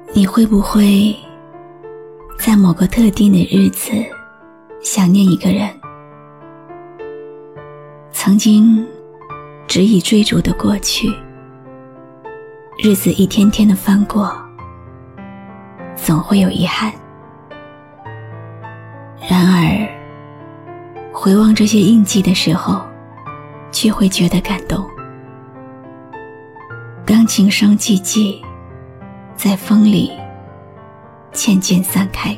你会不会在某个特定的日子想念一个人？曾经执意追逐的过去，日子一天天的翻过，总会有遗憾。然而回望这些印记的时候，却会觉得感动。当琴声寂寂，在风里渐渐散开，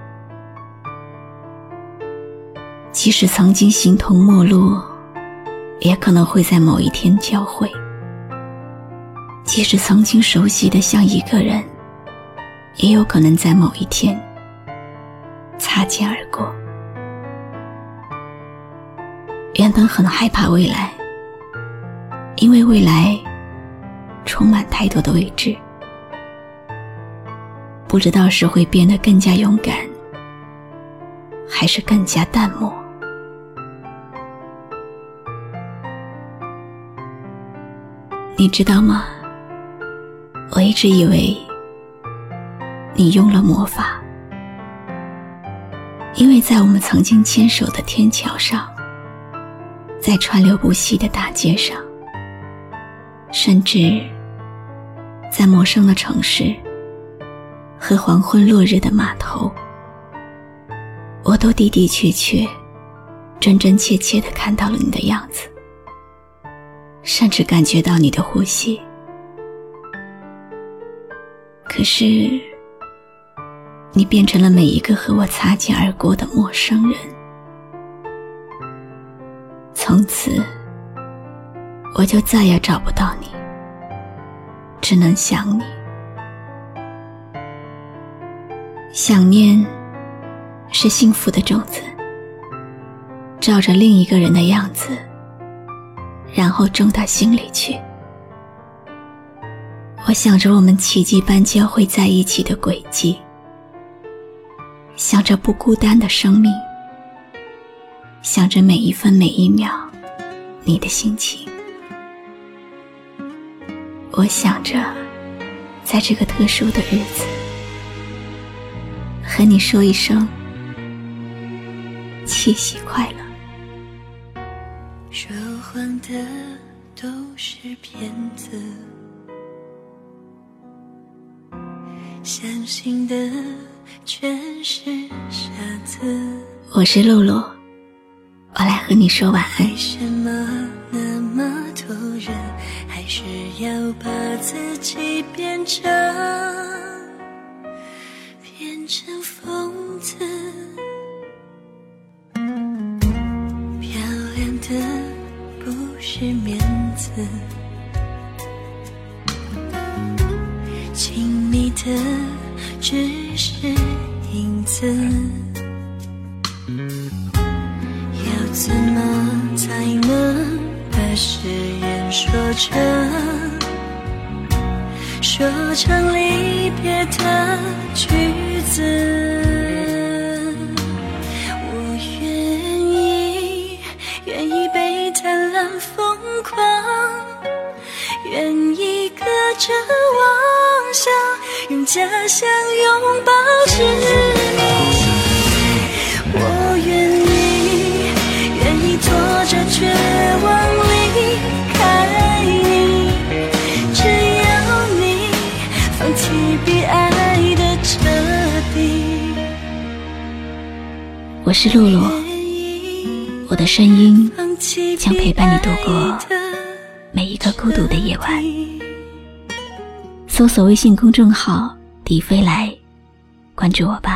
即使曾经形同陌路，也可能会在某一天交汇。即使曾经熟悉的像一个人，也有可能在某一天擦肩而过。原本很害怕未来，因为未来充满太多的未知，不知道是会变得更加勇敢，还是更加淡漠。你知道吗？我一直以为你用了魔法，因为在我们曾经牵手的天桥上，在川流不息的大街上，甚至在陌生的城市和黄昏落日的码头，我都的的确确真真切切地看到了你的样子，甚至感觉到你的呼吸。可是你变成了每一个和我擦肩而过的陌生人，从此我就再也找不到你，只能想你。想念是幸福的种子，照着另一个人的样子，然后种到心里去。我想着我们奇迹般交汇在一起的轨迹，想着不孤单的生命，想着每一分每一秒你的心情。我想着在这个特殊的日子和你说一声七夕快乐。 说谎的都是骗子，相信的全是傻子。 我是露露，我来和你说晚安。 为什么那么多人还是要把自己变成疯子？漂亮的不是面子，亲密的只是影子。要怎么才能把誓言说成离别的句子？我愿意被贪婪疯狂，愿意隔着妄想，用假象拥抱执迷。我愿意拖着绝望离开你，只要你放弃比爱的彻底。 我是露露，我的声音将陪伴你度过每一个孤独的夜晚。搜索微信公众号“迪飞来”，关注我吧。